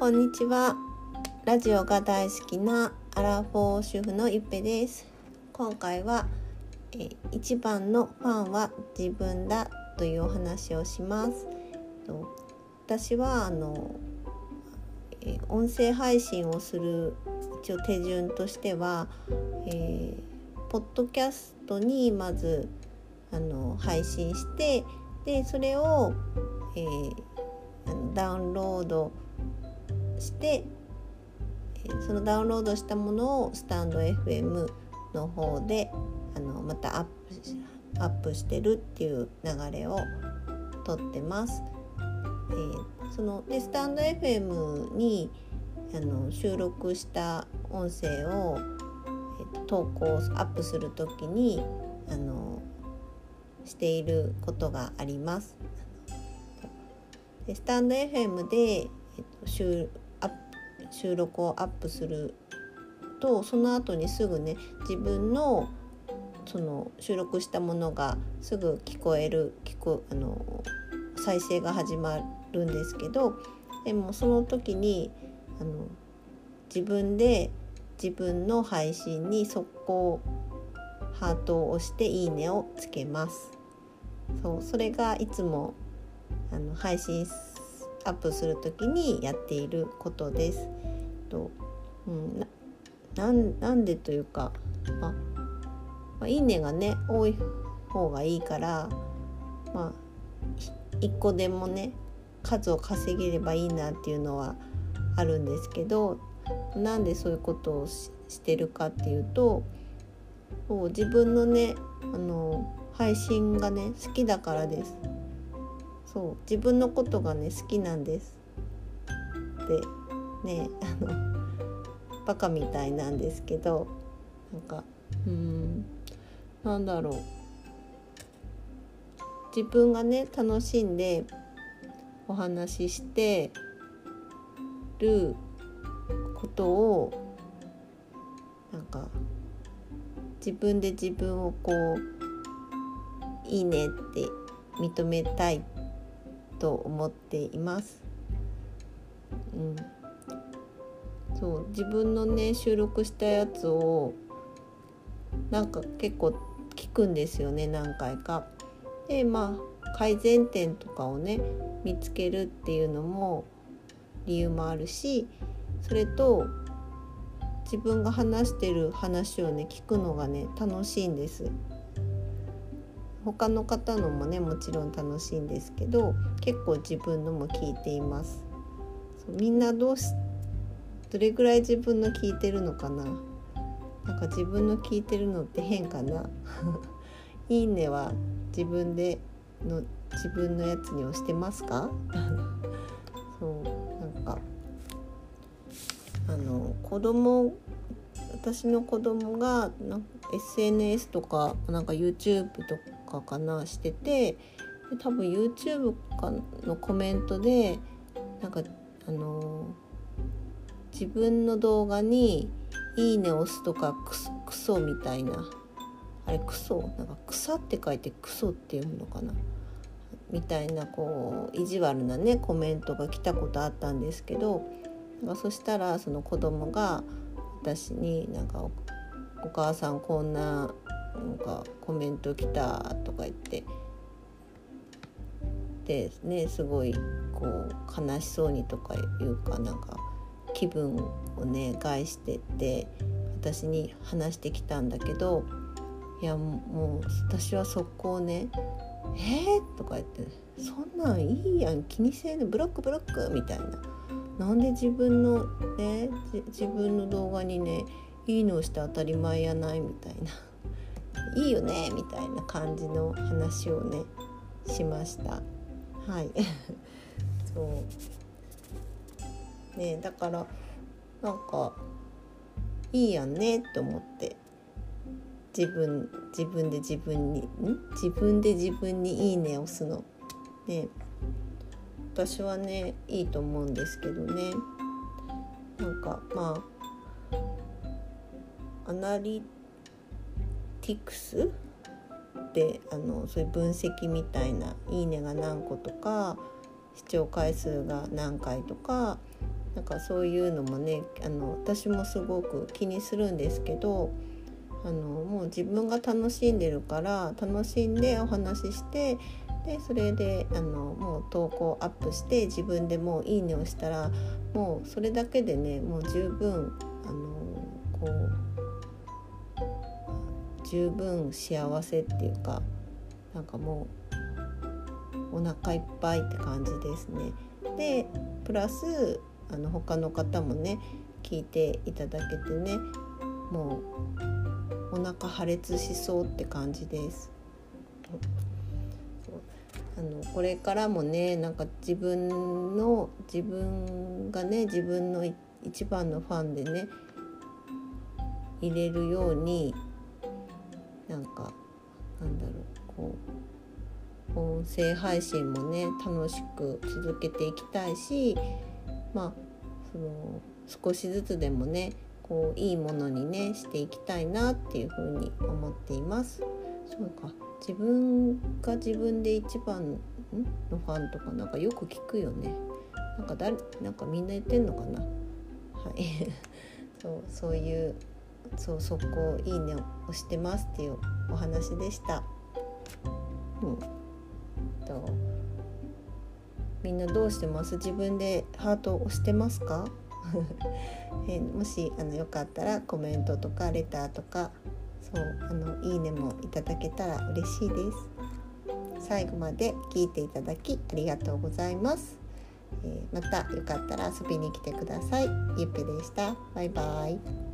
こんにちは。ラジオが大好きなアラフォー主婦のゆっぺです。今回は、一番のファンは自分だというお話をします。私は音声配信をする一応手順としては、ポッドキャストにまず配信して、でそれを、ダウンロードしてそのダウンロードしたものをスタンド FM の方でまたアップしてるっていう流れをとってます。スタンド FM に収録した音声を、投稿アップするときにしていることがあります。でスタンド FM で、収録をアップするとその後にすぐね自分のその収録したものがすぐ再生が始まるんですけど、でもその時に自分で自分の配信に速攻ハートを押していいねをつけます。それがいつも配信アップするときにやっていることです。なんでというか、いいねがね多い方がいいから、一個でもね数を稼げればいいなっていうのはあるんですけど、なんでそういうことをしてるかっていうと、自分のね配信がね好きだからです。自分のことがね好きなんですでねバカみたいなんですけど、なんだろう、自分がね楽しんでお話ししてることを自分で自分をいいねって認めたいと思っています。自分のね収録したやつを結構聞くんですよね、何回か。で改善点とかをね見つけるっていうのも理由もあるし、それと自分が話してる話をね聞くのがね楽しいんです。他の方のもねもちろん楽しいんですけど、結構自分のも聞いています。みんなどれぐらい自分の聞いてるのかな。自分の聞いてるのって変かな。いいねは自分のやつに押してますか？私の子供がSNS とかYouTube とかかなしてて、多分 YouTube のコメントで自分の動画にいいね押すとかクソみたいな、あれクソ草って書いてクソって読むのかなみたいな意地悪なねコメントが来たことあったんですけど、そしたらその子供が私にお母さんこんなコメント来たとか言ってでね、すごい悲しそうにとかいうか気分をね害してって私に話してきたんだけど、いやもう私は速攻ねとか言って、そんなんいいやん、気にせんね、ブロックみたいな、なんで自分の動画にねいいのをして当たり前やないみたいな、いいよねみたいな感じの話をねしました。だからいいやんねって思って、自分で自分にいいねを押すのね、私はねいいと思うんですけどね。アナリティクスでそういう分析みたいな、いいねが何個とか視聴回数が何回とかなんかそういうのもね私もすごく気にするんですけど、もう自分が楽しんでるから楽しんでお話しして、でそれでもう投稿アップして自分でもういいねをしたら、もうそれだけでねもう十分こう十分幸せっていうか、なんかもうお腹いっぱいって感じですね。でプラス他の方もね聞いていただけてね、もうお腹破裂しそうって感じです。これからもねなんか自分がね自分の一番のファンでね入れるように、なんかこう音声配信もね楽しく続けていきたいし、少しずつでもねこういいものにねしていきたいなっていうふうに思っています。そうか、自分が自分で一番のファンとかなんかよく聞くよね。なんかみんな言ってんのかな。はいそういうそこいいねを押してますっていうお話でした。みんなどうしてます？自分でハートを押してますか？もしよかったらコメントとかレターとかいいねもいただけたら嬉しいです。最後まで聞いていただきありがとうございます。またよかったら遊びに来てください。ゆっぺでした。バイバイ。